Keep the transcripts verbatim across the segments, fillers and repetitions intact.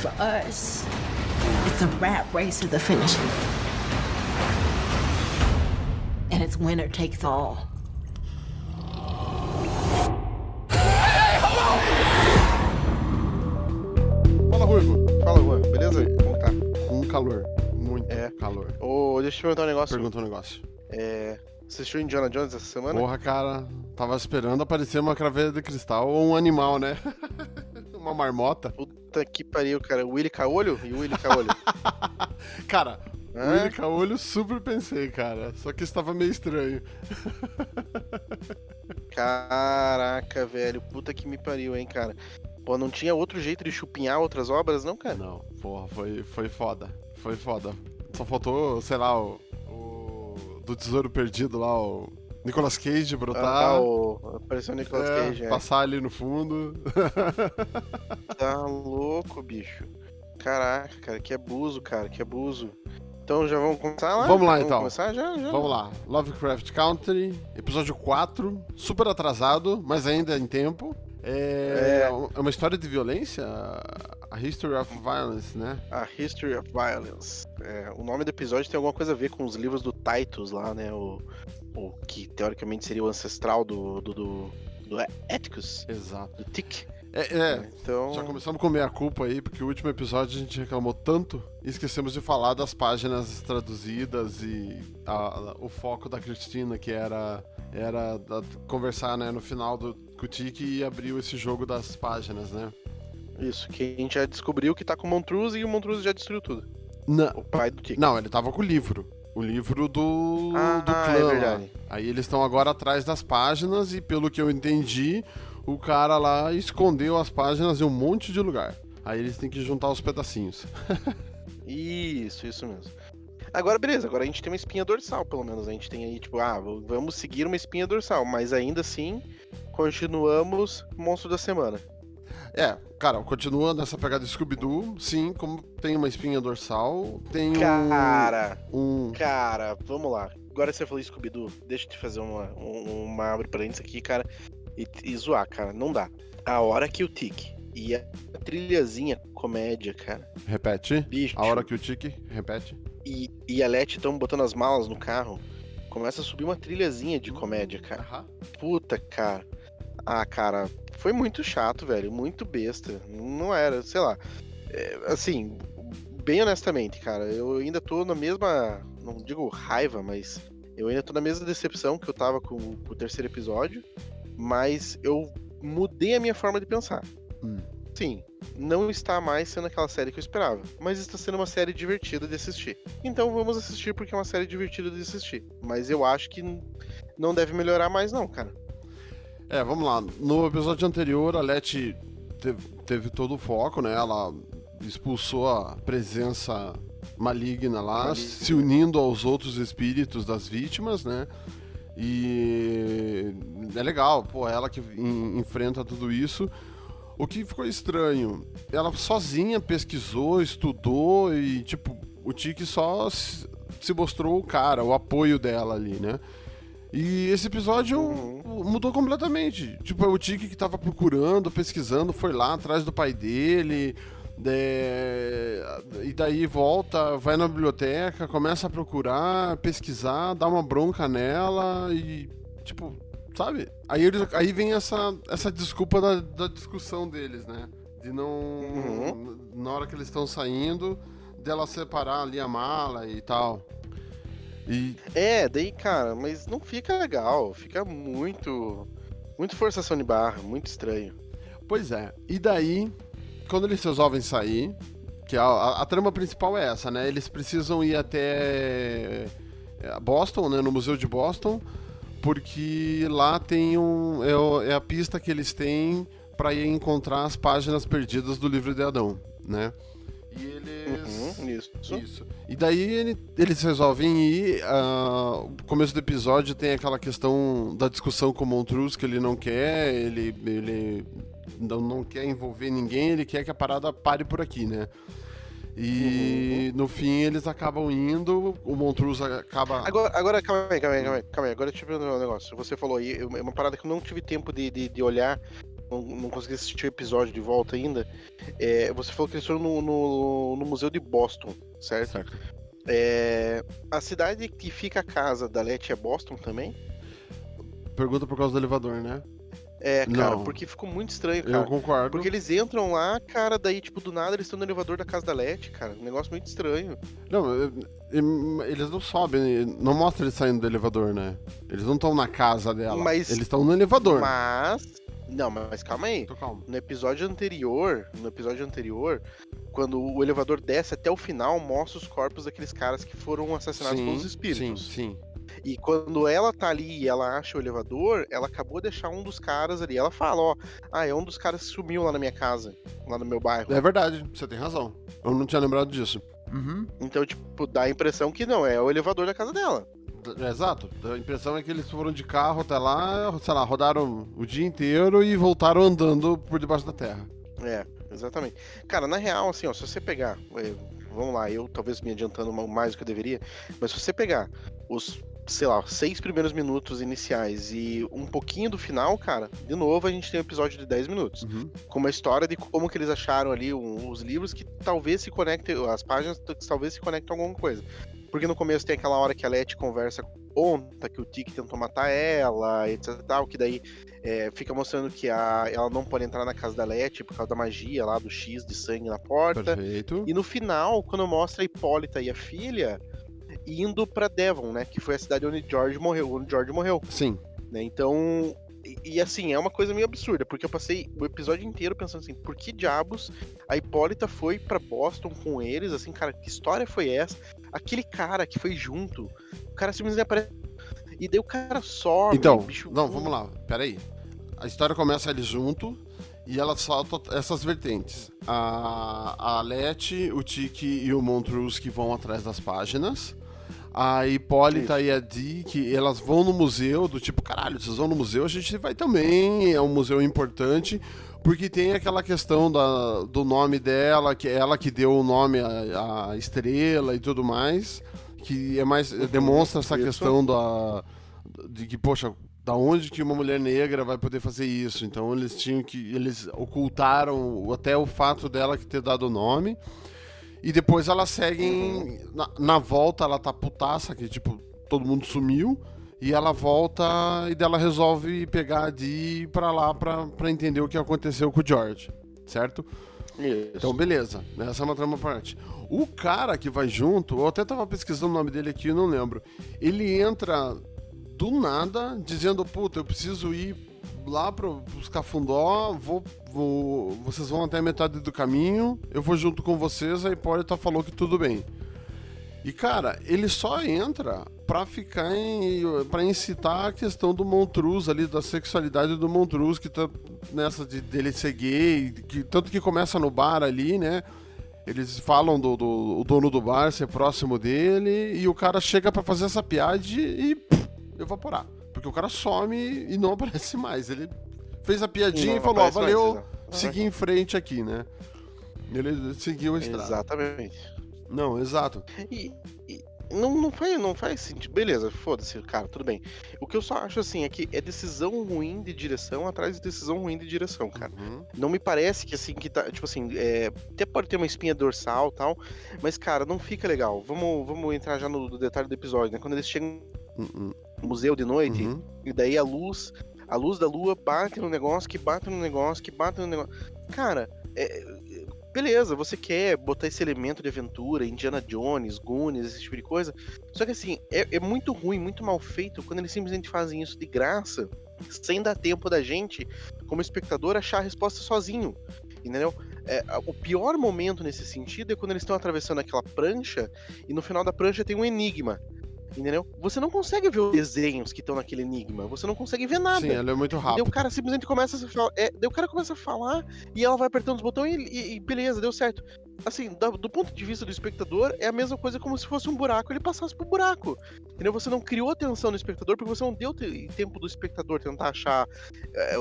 For us, it's a rat race to the finish. And it's winner takes all. Fala, Ruivo. Fala, Juan. Beleza? Como tá? Com calor. Muito É. calor. Ô, deixa eu te perguntar um negócio. Pergunta um negócio. É... Você assistiu Indiana Jones essa semana? Porra, cara, tava esperando aparecer uma caveira de cristal ou um animal, né? Uma marmota. Puta que pariu, cara. Willy Caolho e Willy Caolho. Cara, Hã? Willy Caolho super pensei, cara. Só que estava meio estranho. Caraca, velho. Puta que me pariu, hein, cara. Pô, não tinha outro jeito de chupinhar outras obras, não, cara? Não, porra, foi, foi foda. Foi foda. Só faltou, sei lá, o, o do Tesouro Perdido lá, o Nicolas Cage brotar. Ah, o... Apareceu o Nicolas é, Cage, é. passar ali no fundo. Tá louco, bicho. Caraca, cara, que abuso, cara, que abuso. Então já vamos começar lá? Vamos lá, vamos então. começar já, já. Vamos lá, Lovecraft Country, episódio quatro, super atrasado, mas ainda em tempo. É, é uma história de violência, a History of Violence, né? A History of Violence. É, o nome do episódio tem alguma coisa a ver com os livros do Titus lá, né? O, o que teoricamente seria o ancestral do, do, do, do Atticus, Exato. do Tick. É, é, Então... já começamos a comer a culpa aí, porque o último episódio a gente reclamou tanto e esquecemos de falar das páginas traduzidas e a, a, o foco da Cristina, que era, era da, conversar, né, no final do com o Tiki e abriu esse jogo das páginas, né? Isso, que a gente já descobriu que tá com o Montrose e o Montrose já destruiu tudo. Não, O pai do Tick. não, ele tava com o livro. O livro do, Ah, do clã. é lá. verdade. Aí eles estão agora atrás das páginas e, pelo que eu entendi, o cara lá escondeu as páginas em um monte de lugar. Aí eles têm que juntar os pedacinhos. Isso, isso mesmo. Agora, beleza, agora a gente tem uma espinha dorsal, pelo menos. A gente tem aí, tipo, ah, vamos seguir uma espinha dorsal, mas ainda assim, continuamos Monstro da Semana. É, cara, continua nessa pegada de Scooby-Doo, sim, como tem uma espinha dorsal, tem Cara, um... um... cara, vamos lá. Agora você falou Scooby-Doo, deixa eu te fazer uma, um- uma abre parênteses aqui, cara, e, e zoar, cara, não dá. A hora que o Tic e a trilhazinha comédia, cara, Repete, bicho, a hora que o Tiki, repete. e, e a Letty estão botando as malas no carro, começa a subir uma trilhazinha de comédia, cara. Aham. Puta, cara. Ah, cara, foi muito chato, velho. Muito besta. Não era, sei lá. É, assim, bem honestamente, cara, eu ainda tô na mesma. Não digo raiva, mas eu ainda tô na mesma decepção que eu tava com, com o terceiro episódio. Mas eu mudei a minha forma de pensar. Hum. Sim, não está mais sendo aquela série que eu esperava, mas está sendo uma série divertida de assistir. Então vamos assistir porque é uma série divertida de assistir. Mas eu acho que n- não deve melhorar mais, não, cara. É, vamos lá. No episódio anterior, a Letty teve, teve todo o foco, né? Ela expulsou a presença maligna lá, Maligna. se unindo aos outros espíritos das vítimas, né? E é legal, pô, ela que en- enfrenta tudo isso. O que ficou estranho, ela sozinha pesquisou, estudou e, tipo, o Tiki só se se mostrou o cara, o apoio dela ali, né? E esse episódio Uhum. mudou completamente. Tipo, é o Tiki que tava procurando, pesquisando, foi lá atrás do pai dele, é, e daí volta, vai na biblioteca, começa a procurar, pesquisar, dá uma bronca nela e, tipo, sabe? Aí, eles, aí vem essa, essa desculpa da, da discussão deles, né? De não... Uhum. Na hora que eles estão saindo, dela separar ali a mala e tal. E É, daí, cara, mas não fica legal. Fica muito. Muito forçação de barra, muito estranho. Pois é, e daí, quando eles resolvem sair, que a, a, a trama principal é essa, né? Eles precisam ir até é, Boston, né? No Museu de Boston, porque lá tem um. É, o- é a pista que eles têm para ir encontrar as páginas perdidas do livro de Adão, né? E eles. Uhum, isso. Isso. E daí ele- eles resolvem ir. ah, o começo do episódio tem aquela questão da discussão com o Montrose que ele não quer, ele, ele não, não quer envolver ninguém, ele quer que a parada pare por aqui, né? E no fim eles acabam indo, o Montrose acaba. Agora, agora calma aí, calma aí, calma aí, calma aí. Agora deixa eu te perguntar um negócio. Você falou aí, é uma parada que eu não tive tempo de, de, de olhar não, não consegui assistir o episódio de volta ainda, é, você falou que eles foram no, no, no museu de Boston, certo? Certo. É, a cidade que fica a casa da Letty é Boston também? Pergunta por causa do elevador, né? É, cara, Não. porque ficou muito estranho, cara. Eu concordo. Porque eles entram lá, cara, daí, tipo, do nada eles estão no elevador da casa da Letty, cara. Um negócio muito estranho. Não, eu- eu- eles não sobem, não mostra eles saindo do elevador, né? Eles não estão na casa dela. Mas- Eles estão no elevador. Mas. Não, mas calma aí. Tô calmo. No episódio anterior, no episódio anterior, quando o elevador desce até o final, mostra os corpos daqueles caras que foram assassinados Sim, pelos espíritos. Sim, sim. E quando ela tá ali e ela acha o elevador, ela acabou de deixar um dos caras ali. Ela fala, ó, ah, é um dos caras que sumiu lá na minha casa, lá no meu bairro. É verdade, você tem razão. Eu não tinha lembrado disso. Mm-hmm. Então, tipo, dá a impressão que não, é o elevador da casa dela. É, exato. A impressão é que eles foram de carro até lá, sei lá, rodaram o dia inteiro e voltaram andando por debaixo da terra. É, exatamente. Cara, na real, assim, ó, se você pegar, é, vamos lá, eu talvez me adiantando mais do que eu deveria, mas se você pegar os, sei lá, seis primeiros minutos iniciais e um pouquinho do final, cara, de novo a gente tem um episódio de dez minutos. Uhum. Com uma história de como que eles acharam ali um- os livros que talvez se conectem, as páginas t- que talvez se conectem a alguma coisa. Porque no começo tem aquela hora que a Letty conversa com o Ponta, que o Tic tentou matar ela, etc e tal, que daí é, fica mostrando que a, ela não pode entrar na casa da Letty por causa da magia lá, do X de sangue na porta. Perfeito. E no final, quando mostra a Hipólita e a filha indo pra Devon, né, que foi a cidade onde George morreu, onde George morreu. Sim. Né? Então, e, e assim, é uma coisa meio absurda, porque eu passei o episódio inteiro pensando assim, por que diabos a Hipólita foi pra Boston com eles, assim, cara, que história foi essa? Aquele cara que foi junto, o cara simplesmente aparece, e daí o cara sobe, Então, bicho... não, vamos lá, peraí. A história começa eles junto e ela solta essas vertentes. A, a Letty, o Tiki e o Montrose que vão atrás das páginas. A Hipólita Isso. e a Dee, que elas vão no museu, do tipo, caralho, vocês vão no museu, a gente vai também, é um museu importante, porque tem aquela questão da, do nome dela, que é ela que deu o nome à, à estrela e tudo mais, que é mais, demonstra essa Isso. questão da, de que, poxa, da onde que uma mulher negra vai poder fazer isso? Então eles tinham que, eles ocultaram até o fato dela que ter dado o nome. E depois elas seguem. Na, na volta ela tá putaça, que tipo, todo mundo sumiu. E ela volta e dela resolve pegar de ir pra lá pra, pra entender o que aconteceu com o George. Certo? Isso. Então, beleza. Essa é uma trama parte. O cara que vai junto, eu até tava pesquisando o nome dele aqui, eu não lembro. Ele entra do nada dizendo: puta, eu preciso ir lá pro, pros Cafundó, vou, vou, vocês vão até a metade do caminho, eu vou junto com vocês, a Hipólita falou que tudo bem. E cara, ele só entra pra ficar em, pra incitar a questão do Montrose ali, da sexualidade do Montrose, que tá nessa de, dele ser gay, que, tanto que começa no bar ali, né? Eles falam do, do o dono do bar ser próximo dele, e o cara chega pra fazer essa piada e pff, evaporar. Porque o cara some e não aparece mais. Ele fez a piadinha Não e falou, ó, aparece mais, valeu, exato. seguir em frente aqui, né? Ele seguiu a estrada. Exatamente. Não, exato. E, e não, não, faz, não faz sentido. Beleza, foda-se, cara, tudo bem. O que eu só acho assim é que é decisão ruim de direção atrás de decisão ruim de direção, cara. Uhum. Não me parece que assim, que tá, tipo assim, é, até pode ter uma espinha dorsal e tal, mas, cara, não fica legal. Vamos, vamos entrar já no, no detalhe do episódio, né? Quando eles chegam Uhum. no museu de noite, Uhum. e daí a luz, a luz da lua bate no negócio, que bate no negócio, que bate no negócio. Cara, é, beleza, você quer botar esse elemento de aventura, Indiana Jones, Goonies, esse tipo de coisa. Só que assim, é, é muito ruim, muito mal feito quando eles simplesmente fazem isso de graça, sem dar tempo da gente, como espectador, achar a resposta sozinho. Entendeu? É, o pior momento nesse sentido é quando eles estão atravessando aquela prancha e no final da prancha tem um enigma. Entendeu? Você não consegue ver os desenhos que estão naquele enigma, você não consegue ver nada. Sim, ela é muito Daí rápido. o cara simplesmente começa a falar, é, daí o cara começa a falar e ela vai apertando os botões e, e- e beleza, deu certo. assim, do, do ponto de vista do espectador, é a mesma coisa como se fosse um buraco, ele passasse pro buraco. Entendeu? Você não criou atenção no espectador porque você não deu te- tempo do espectador tentar achar é,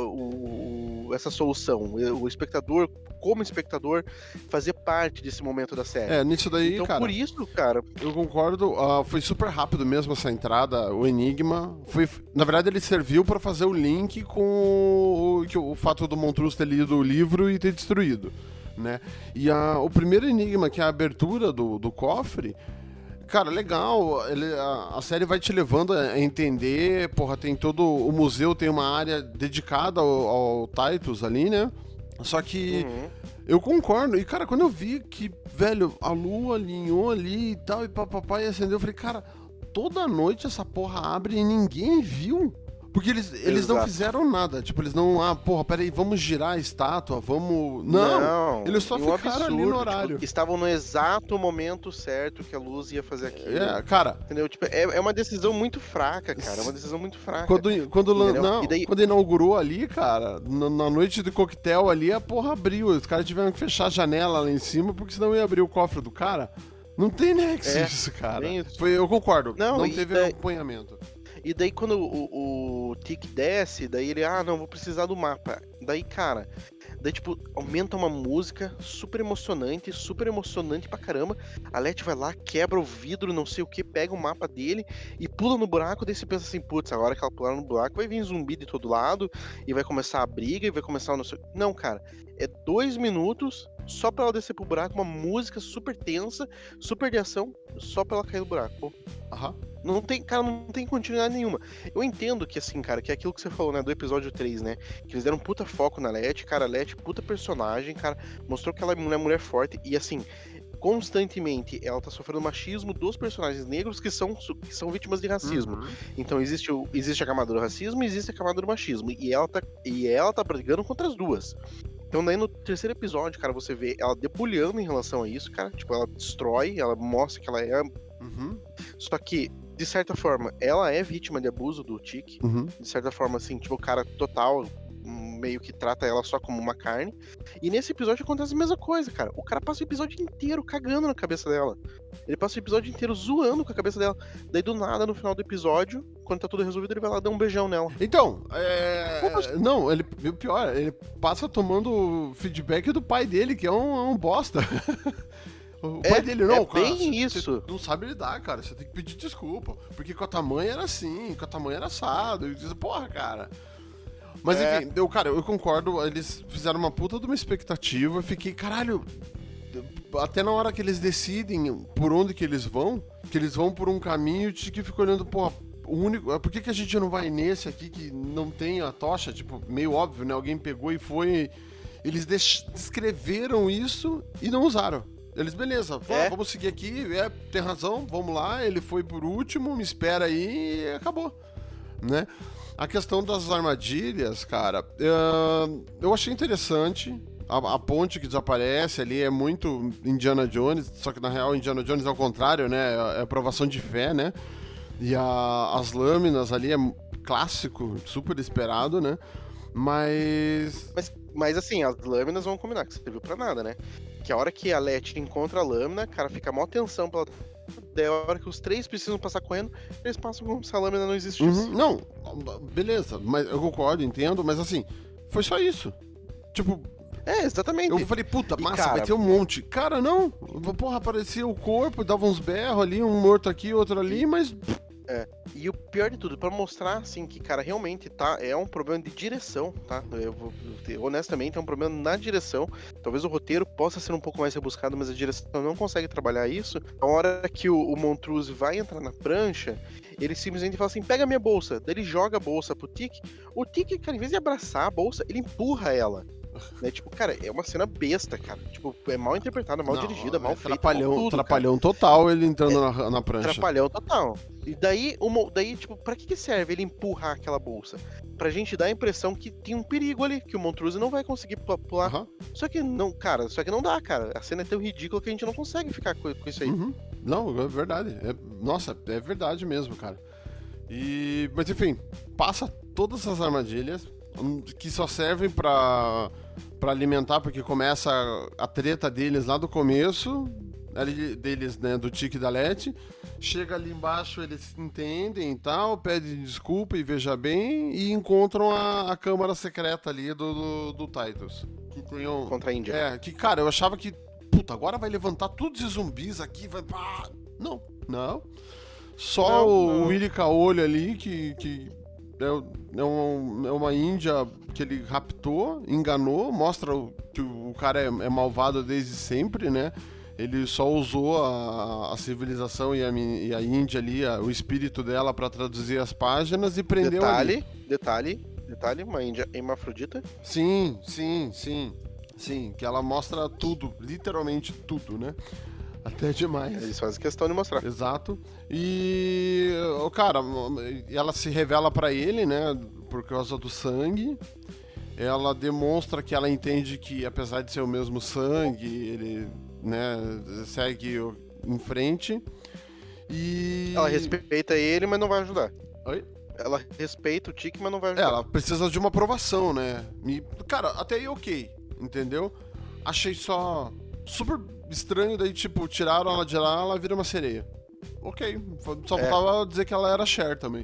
o, o- essa solução. O espectador, como espectador, fazer parte desse momento da série. É, nisso daí, então, cara, por isso, cara, eu concordo, ah, foi super rápido mesmo essa entrada, o Enigma. Foi, na verdade, ele serviu pra fazer o link com o, que o fato do Montrose ter lido o livro e ter destruído, né? E a, o primeiro Enigma, que é a abertura do, do cofre, cara, legal, ele, a, a série vai te levando a entender, porra, tem todo, o museu tem uma área dedicada ao, ao Titus ali, né? Só que uhum. eu concordo, e cara, quando eu vi que, velho, a lua alinhou ali e tal, e papapá, e acendeu, eu falei, cara, toda noite essa porra abre e ninguém viu. Porque eles, eles não fizeram nada. Tipo, eles não... Ah, porra, peraí, vamos girar a estátua, vamos... Não, Não, eles só e um ficaram absurdo, ali no horário. Tipo, estavam no exato momento certo que a luz ia fazer aquilo. É, cara... Entendeu? Tipo, é, é uma decisão muito fraca, cara. É uma decisão muito fraca. Quando, quando, lan- Entendeu? não, E daí- quando inaugurou ali, cara, na, na noite do coquetel ali, a porra abriu. Os caras tiveram que fechar a janela lá em cima, porque senão ia abrir o cofre do cara. Não tem nexo É, isso, cara. bem isso. Foi, eu concordo. Não, Não e teve daí- acompanhamento. E daí quando o, o Tic desce, daí ele, ah, não, vou precisar do mapa. Daí, cara, daí tipo, aumenta uma música super emocionante, super emocionante pra caramba. A Letty vai lá, quebra o vidro, não sei o que, pega o mapa dele e pula no buraco. Daí você pensa assim, putz, agora que ela pular no buraco vai vir zumbi de todo lado e vai começar a briga e vai começar o não sei o... Não, cara, é dois minutos só pra ela descer pro buraco, uma música super tensa, super de ação, só pra ela cair no buraco. Pô. Aham. Não tem, cara, não tem continuidade nenhuma. Eu entendo que, assim, cara, que é aquilo que você falou, né, do episódio três, né, que eles deram um puta foco na Letty, cara, a Letty, puta personagem, cara, mostrou que ela é mulher, mulher forte, e, assim, constantemente ela tá sofrendo machismo dos personagens negros que são, que são vítimas de racismo. Uhum. Então existe, o, existe a camada do racismo e existe a camada do machismo, e ela tá, e ela tá brigando contra as duas. Então daí no terceiro episódio, cara, você vê ela debulhando em relação a isso, cara, tipo, ela destrói, ela mostra que ela é... Uhum. Só que, de certa forma, ela é vítima de abuso do Tic. Uhum. De certa forma, assim, tipo, o cara total meio que trata ela só como uma carne. E nesse episódio acontece a mesma coisa, cara. O cara passa o episódio inteiro cagando na cabeça dela. Ele passa o episódio inteiro zoando com a cabeça dela. Daí, do nada, no final do episódio, quando tá tudo resolvido, ele vai lá dar um beijão nela. Então, é... Não, ele, o pior, ele passa tomando feedback do pai dele, que é um, é um bosta. O pai É, dele, não, é cara, bem você- isso. você não sabe lidar, cara. Você tem que pedir desculpa. Porque com a tua mãe era assim, com a tua mãe era assado. E diz, porra, cara. Mas É. enfim, eu, cara, eu concordo. Eles fizeram uma puta de uma expectativa. Eu fiquei, caralho. Até na hora que eles decidem por onde que eles vão, que eles vão por um caminho, de que fica olhando, porra. O único, por que, que a gente não vai nesse aqui que não tem a tocha? Tipo, meio óbvio, né? Alguém pegou e foi. Eles deix- descreveram isso e não usaram. Eles, beleza, vá, É. vamos seguir aqui, é, tem razão, vamos lá, ele foi por último, me espera aí e acabou, né? A questão das armadilhas, cara, uh, eu achei interessante, a, a ponte que desaparece ali é muito Indiana Jones, só que na real Indiana Jones é o contrário, né? É aprovação de fé, né? E a, as lâminas ali é clássico, super esperado, né? Mas... Mas, mas assim, as lâminas vão combinar, que serviu pra nada, né? Que a hora que a Letty encontra a lâmina, cara, fica mó tensão pela... Daí a hora que os três precisam passar correndo, eles passam como se a lâmina não existisse. Uhum, não, beleza, mas eu concordo, entendo, mas assim, foi só isso. Tipo, É, exatamente. eu falei, puta, E, massa, cara, vai ter um monte. Cara, não, porra, aparecia o corpo, dava uns berros ali, um morto aqui, outro ali, mas... E o pior de tudo, pra mostrar, assim, que, cara, realmente tá, é um problema de direção, tá? Eu vou, eu, honestamente, é um problema na direção. Talvez o roteiro possa ser um pouco mais rebuscado, mas a direção não consegue trabalhar isso. A hora que o, o Montrose vai entrar na prancha, ele simplesmente fala assim, pega a minha bolsa. Daí ele joga a bolsa pro Tic. O Tic, cara, em vez de abraçar a bolsa, ele empurra ela. Né? Tipo, cara, é uma cena besta, cara. Tipo, é mal interpretada, mal Não, dirigida, mal é feita. Trapalhão, mal tudo, cara. trapalhão total ele entrando na, na prancha. Trapalhão total. E daí, uma, daí, tipo, pra que, que serve ele empurrar aquela bolsa? Pra gente dar a impressão que tem um perigo ali, que o Montrose não vai conseguir pu- pular. Aham. Só que não, cara, só que não dá, cara. A cena é tão ridícula que a gente não consegue ficar com, com isso aí. Uhum. Não, é verdade. É- nossa, é verdade mesmo, cara. E, mas enfim, passa todas as armadilhas hum, que só servem pra pra alimentar, porque começa a, a treta deles lá do começo, ali, deles, né, do Tiki e da Letty. Chega ali embaixo, eles se entendem e tal, pedem desculpa e veja bem, e encontram a, a câmara secreta ali do, do, do Titus. Que tem um, Contra a Índia. É, que, cara, eu achava que, puta, agora vai levantar todos os zumbis aqui, vai... Pá. Não, não. Só Não, o, não. o Willy Caolho ali, que, que é, é, um, é uma índia que ele raptou, enganou, mostra o, que o cara é, é malvado desde sempre, né? Ele só usou a, a civilização e a, e a Índia ali, a, o espírito dela pra traduzir as páginas e prendeu Detalhe, ali. detalhe, detalhe, uma Índia hermafrodita. Sim, sim, sim, sim, que ela mostra tudo, literalmente tudo, né? Até demais. Eles fazem questão de mostrar. Exato. E, o cara, ela se revela pra ele, né, por causa do sangue. Ela demonstra que ela entende que, apesar de ser o mesmo sangue, ele, né, segue em frente. E... Ela respeita ele, mas não vai ajudar. Oi? Ela respeita o Tiki, mas não vai É, ajudar. ela precisa de uma aprovação, né? E, cara, até aí ok, entendeu? Achei só super estranho, daí, tipo, tiraram ela de lá, ela vira uma sereia. Ok, só É. faltava dizer que ela era Cher também.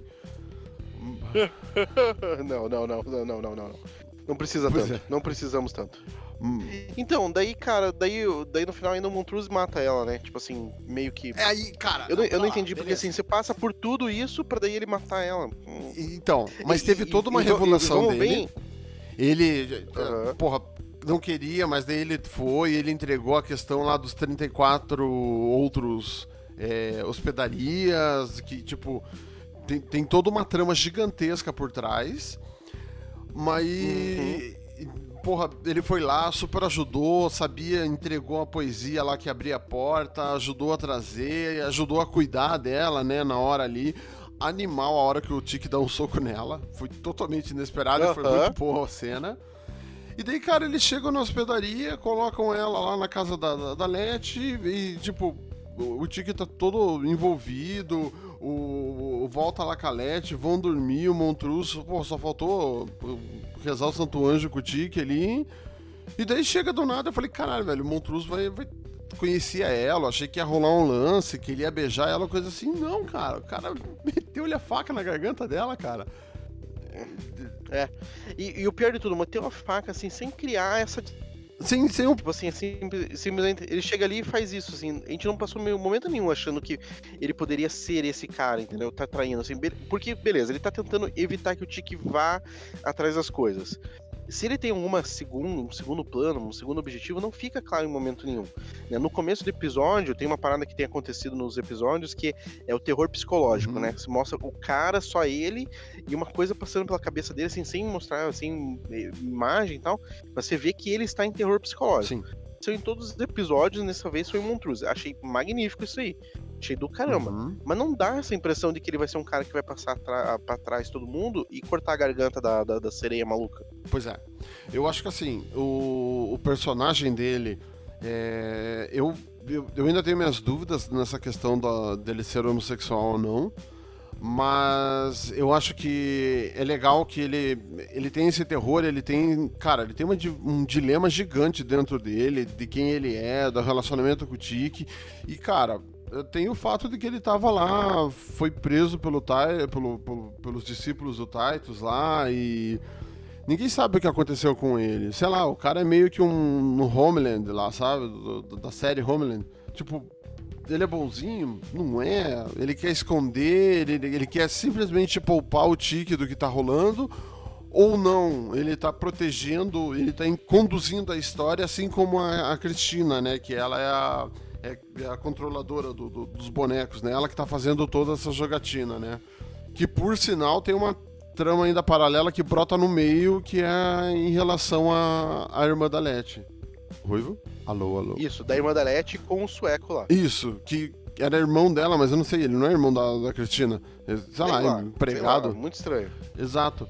não, não, não, não, não, não, não. Não precisa Pois tanto. é. Não precisamos tanto. Hum. Então, daí, cara, daí, daí no final ainda o Montrose mata ela, né? Tipo assim, meio que. É aí, cara. Eu não, eu não ah, entendi, porque beleza. assim, você passa por tudo isso pra daí ele matar ela. Hum. Então, mas E- teve e- toda uma e- e- revolução vamos dele. bem- Ele, Aham. porra, não queria, mas daí ele foi, ele entregou a questão lá dos trinta e quatro outros é, hospedarias, que, tipo, tem, tem toda uma trama gigantesca por trás. Mas, porra, ele foi lá, super ajudou, sabia, entregou a poesia lá que abria a porta, ajudou a trazer, ajudou a cuidar dela, né, na hora ali. Animal a hora que o Tiki dá um soco nela. Foi totalmente inesperado e foi Aham. muito boa a cena. E daí, cara, eles chegam na hospedaria, colocam ela lá na casa da, da, da Letty e, tipo, o, o Tiki tá todo envolvido, o, o volta lá com a Letty, vão dormir, o Montrose, pô, só faltou rezar o Santo Anjo com o Tiki ali. E daí chega do nada, eu falei, caralho, velho, o Montrose vai... vai... Conhecia ela, achei que ia rolar um lance, que ele ia beijar ela, coisa assim. Não, cara, o cara meteu-lhe a faca na garganta dela, cara. É. E, e o pior de tudo, meteu uma faca assim, sem criar essa. Sem, sem o... Tipo assim, simples- simplesmente. Ele chega ali e faz isso, assim. A gente não passou meio- momento nenhum achando que ele poderia ser esse cara, entendeu? Tá traindo, assim. be- Porque, beleza, ele tá tentando evitar que o Tiki vá atrás das coisas. Se ele tem uma segundo, um segundo plano, um segundo objetivo, não fica claro em momento nenhum, né? No começo do episódio, tem uma parada que tem acontecido nos episódios que é o terror psicológico, Uhum. né? Se mostra o cara, só ele, e uma coisa passando pela cabeça dele, assim, sem mostrar, assim, eh, imagem e tal, mas você vê que ele está em terror psicológico. Sim. Isso em todos os episódios, dessa vez foi em Montrose. Achei magnífico isso aí. Achei do caramba. Uhum. Mas não dá essa impressão de que ele vai ser um cara que vai passar tra- pra trás todo mundo e cortar a garganta da, da, da sereia maluca. Pois é. Eu acho que assim, o, o personagem dele. É, eu, eu, eu ainda tenho minhas dúvidas nessa questão da, dele ser homossexual ou não. Mas eu acho que é legal que ele, ele tem esse terror, ele tem. Cara, ele tem uma di- um dilema gigante dentro dele, de quem ele é, do relacionamento com o Tiki. E, cara, tem o fato de que ele tava lá, foi preso pelo, Tai- pelo, pelo- pelos discípulos do Titus lá e. Ninguém sabe o que aconteceu com ele. Sei lá, o cara é meio que um no Homeland lá, sabe? Do- do- da série Homeland. Tipo, ele é bonzinho? Não é. Ele quer esconder, ele, ele quer simplesmente poupar o Tiki do que tá rolando. Ou não, ele tá protegendo, ele tá em- conduzindo a história, assim como a, a Cristina, né? Que ela é a, é, é a controladora do- do- dos bonecos, né? Ela que tá fazendo toda essa jogatina, né? Que, por sinal, tem uma trama ainda paralela que brota no meio, que é em relação à, à irmã da Letty. Ruivo? Alô, alô. Isso, da irmã da Letty com o sueco lá. Isso, que era irmão dela, mas eu não sei, ele não é irmão da, da Cristina. É, Sei, lá, lá, empregado. sei lá, muito estranho. Exato.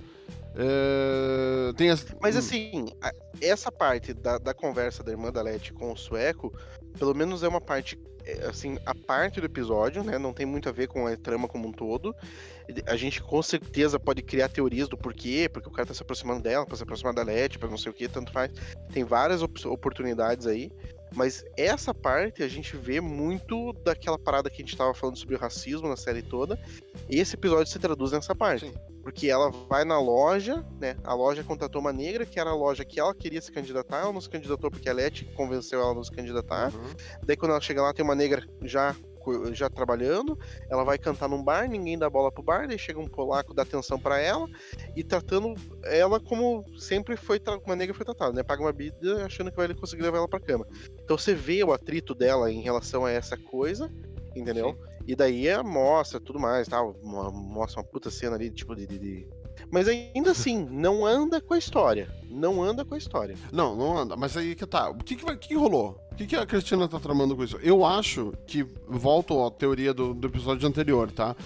É, tem as... Mas assim, a- essa parte da, da conversa da irmã da Letty com o sueco, pelo menos é uma parte é, assim, a parte do episódio, né? Não tem muito a ver com a trama como um todo. A gente com certeza pode criar teorias do porquê, porque o cara tá se aproximando dela, pra se aproximar da Letty, pra não sei o que, tanto faz. Tem várias op- oportunidades aí. Mas essa parte a gente vê muito daquela parada que a gente tava falando sobre o racismo na série toda. E esse episódio se traduz nessa parte. Sim. Porque ela vai na loja, né? A loja contratou uma negra, que era a loja que ela queria se candidatar. Ela não se candidatou porque a Letty convenceu ela a não se candidatar. Uhum. Daí quando ela chega lá, tem uma negra já, já trabalhando. Ela vai cantar num bar, ninguém dá bola pro bar. Daí chega um polaco, dá atenção pra ela. E tratando ela como sempre foi tra- uma negra foi tratada, né? Paga uma bebida achando que vai conseguir levar ela pra cama. Então você vê o atrito dela em relação a essa coisa, entendeu? Sim. E daí é, mostra tudo mais, tal, uma- mostra uma puta cena ali, tipo, de, de- de... Mas ainda assim, não anda com a história. Não anda com a história. Não, não anda. Mas aí que tá. O que que, vai, o que que rolou? O que que a Cristina tá tramando com isso? Eu acho que, volto à teoria do, do episódio anterior, tá?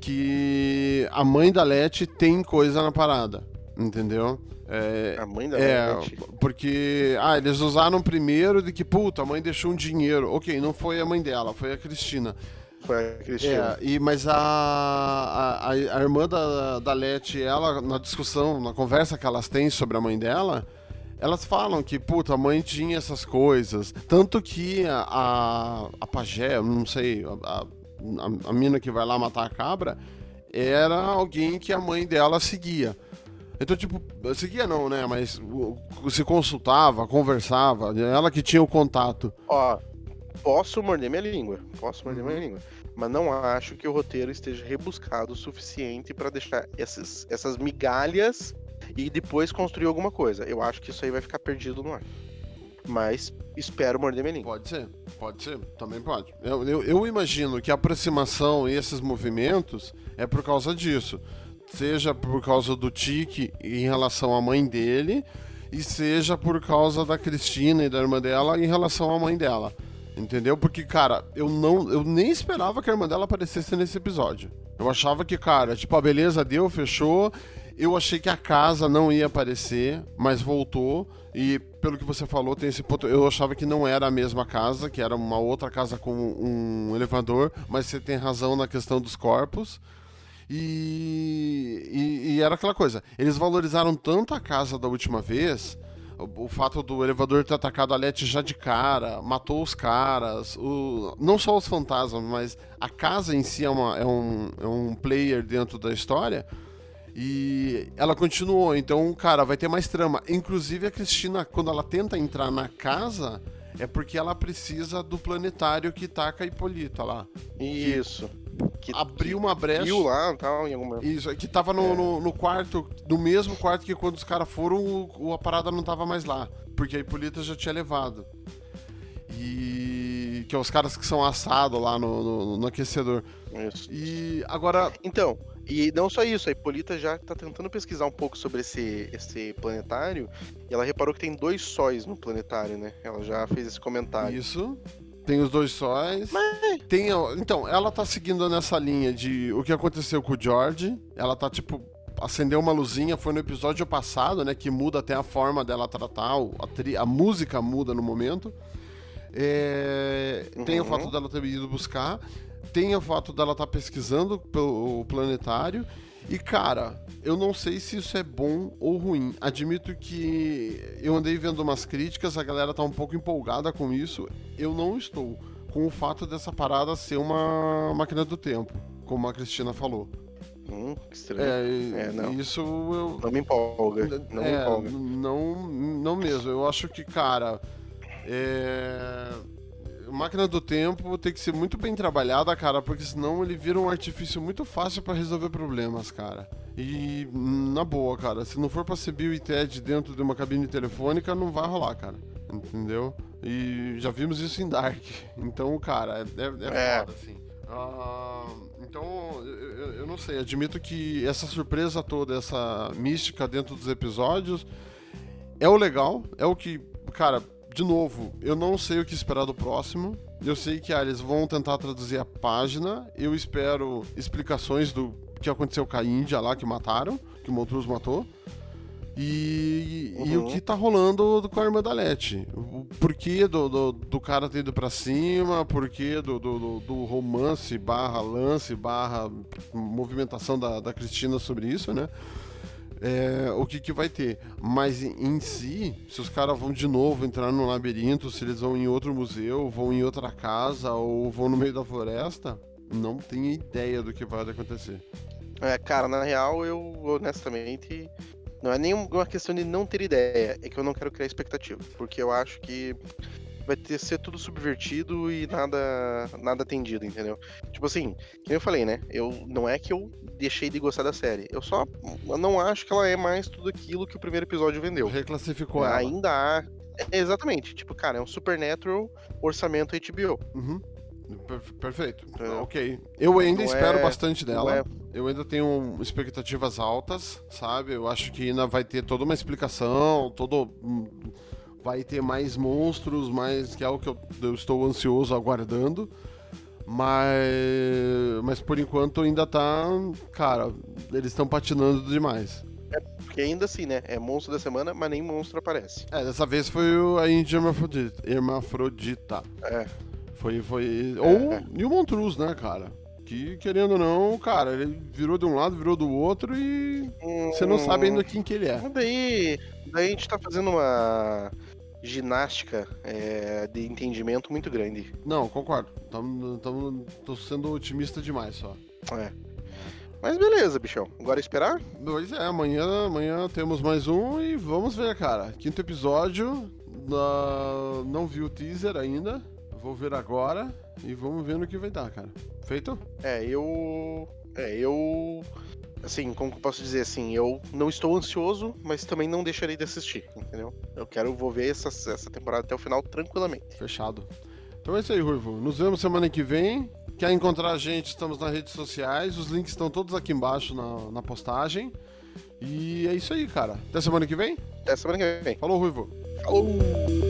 Que a mãe da Letty tem coisa na parada, entendeu? É, A mãe da é, Letty. porque, ah, eles usaram primeiro de que, puta, a mãe deixou um dinheiro. Ok, não foi a mãe dela, foi a Cristina. Foi a Cristina. É, e, mas a, a, a irmã da, da Letty, ela, na discussão, na conversa que elas têm sobre a mãe dela, elas falam que, puta, a mãe tinha essas coisas. Tanto que a, a, a pajé, eu não sei, a, a, a mina que vai lá matar a cabra, era alguém que a mãe dela seguia. Então, tipo, seguia não, né? Mas se consultava, conversava, ela que tinha o contato. Ó, posso morder minha língua. Posso morder Uhum. minha língua. Mas não acho que o roteiro esteja rebuscado o suficiente pra deixar essas, essas migalhas e depois construir alguma coisa. Eu acho que isso aí vai ficar perdido no ar. Mas espero morder minha língua. Pode ser, pode ser, também pode. Eu, eu, eu imagino que a aproximação e esses movimentos é por causa disso. Seja por causa do Tiki em relação à mãe dele, e seja por causa da Cristina e da irmã dela em relação à mãe dela. Entendeu? Porque, cara, eu não, eu nem esperava que a irmã dela aparecesse nesse episódio. Eu achava que, cara, tipo, a beleza deu, fechou. Eu achei que a casa não ia aparecer, mas voltou. E pelo que você falou, tem esse ponto. Eu achava que não era a mesma casa, que era uma outra casa com um elevador, mas você tem razão na questão dos corpos. E, e, e era aquela coisa. Eles valorizaram tanto a casa da última vez. O, o fato do elevador ter atacado a Letty já de cara, matou os caras, o, não só os fantasmas, mas a casa em si é, uma, é, um, é um player dentro da história. E ela continuou, então, cara, vai ter mais trama. Inclusive a Cristina, quando ela tenta entrar na casa, é porque ela precisa do planetário que taca a Hipólita lá. Isso. Que, Abriu uma brecha. Viu lá tal, em alguma. Isso, que tava no, É. no, no quarto, no mesmo quarto que quando os caras foram, o, a parada não tava mais lá. Porque a Hipólita já tinha levado. E. Que é os caras que são assados lá no, no, no aquecedor. Isso. E agora. Então, e não só isso, a Hipólita já tá tentando pesquisar um pouco sobre esse, esse planetário, e ela reparou que tem dois sóis no planetário, né? Ela já fez esse comentário. Isso. Tem os dois sóis. Tem, a- então, ela tá seguindo nessa linha de o que aconteceu com o George. Ela tá, tipo, acendeu uma luzinha. Foi no episódio passado, né? Que muda até a forma dela tratar. o- A, tri- a música muda no momento. É, Tem o Uhum. fato dela ter ido buscar. Tem o fato dela estar pesquisando pelo planetário. E, cara, eu não sei se isso é bom ou ruim. Admito que eu andei vendo umas críticas, a galera tá um pouco empolgada com isso. Eu não estou, com o fato dessa parada ser uma máquina do tempo, como a Cristina falou. Hum, que estranho. É, É, não. isso eu... Não me empolga. Não me é, empolga. Não, não mesmo. Eu acho que, cara, é... máquina do tempo tem que ser muito bem trabalhada, cara, porque senão ele vira um artifício muito fácil pra resolver problemas, cara. E, na boa, cara, se não for pra ser Bill e Ted dentro de uma cabine telefônica, não vai rolar, cara. Entendeu? E já vimos isso em Dark. Então, cara, é, é, é É. foda, assim. Ah, então, eu, eu- eu não sei, admito que essa surpresa toda, essa mística dentro dos episódios é o legal, é o que, cara, de novo, eu não sei o que esperar do próximo. Eu sei que ah, eles vão tentar traduzir a página, eu espero explicações do que aconteceu com a Índia lá que mataram, que o Montrose matou. E, Uhum. e o que tá rolando com a irmã da Leti. O porquê do, do, do cara ter ido pra cima, porquê do, do, do- do romance barra lance barra movimentação da, da Cristina sobre isso, né? É, o que que vai ter. Mas em, em si, se os caras vão de novo entrar no labirinto, se eles vão em outro museu, vão em outra casa ou vão no meio da floresta, não tenho ideia do que vai acontecer. É, cara, na real, eu honestamente. Não é nem uma questão de não ter ideia, é que eu não quero criar expectativa. Porque eu acho que vai ter ser tudo subvertido e nada nada atendido, entendeu? Tipo assim, como eu falei, né? Eu, não é que eu deixei de gostar da série. Eu só não acho que ela é mais tudo aquilo que o primeiro episódio vendeu. Reclassificou ela. Ainda há. é, Exatamente. Tipo, cara, é um Supernatural orçamento H B O. Uhum. Per- Perfeito. É. Ok. Eu ainda Não espero é- bastante não dela. é- Eu ainda tenho expectativas altas, sabe? Eu acho que ainda vai ter toda uma explicação, todo. hum, Vai ter mais monstros, mais que é algo que eu, eu estou ansioso aguardando. Mas. Mas por enquanto ainda tá. Cara, eles estão patinando demais. Porque ainda assim, né? É monstro da semana, mas nem monstro aparece. É, dessa vez foi o- a Índia Hermafrodita. Hermafrodita. É. Foi, foi. É. Ou e o Montruz, né, cara? Que, querendo ou não, cara, ele virou de um lado, virou do outro e você não sabe ainda quem que ele é. Hum, Daí, daí a gente tá fazendo uma ginástica é, de entendimento muito grande. Não, concordo. Tamo, tamo, tô sendo otimista demais só. É. Mas beleza, bichão. Agora esperar? Pois é, amanhã, amanhã temos mais um e vamos ver, cara. Quinto episódio. na- Não vi o teaser ainda. Vou ver agora e vamos ver no que vai dar, cara. Feito? É, eu. É, eu. Assim, como que eu posso dizer assim? Eu não estou ansioso, mas também não deixarei de assistir, entendeu? Eu quero, vou ver essa, essa temporada até o final tranquilamente. Fechado. Então é isso aí, Ruivo. Nos vemos semana que vem. Quer encontrar a gente, estamos nas redes sociais. Os links estão todos aqui embaixo na, na postagem. E é isso aí, cara. Até semana que vem. Até semana que vem. Falou, Ruivo. Falou!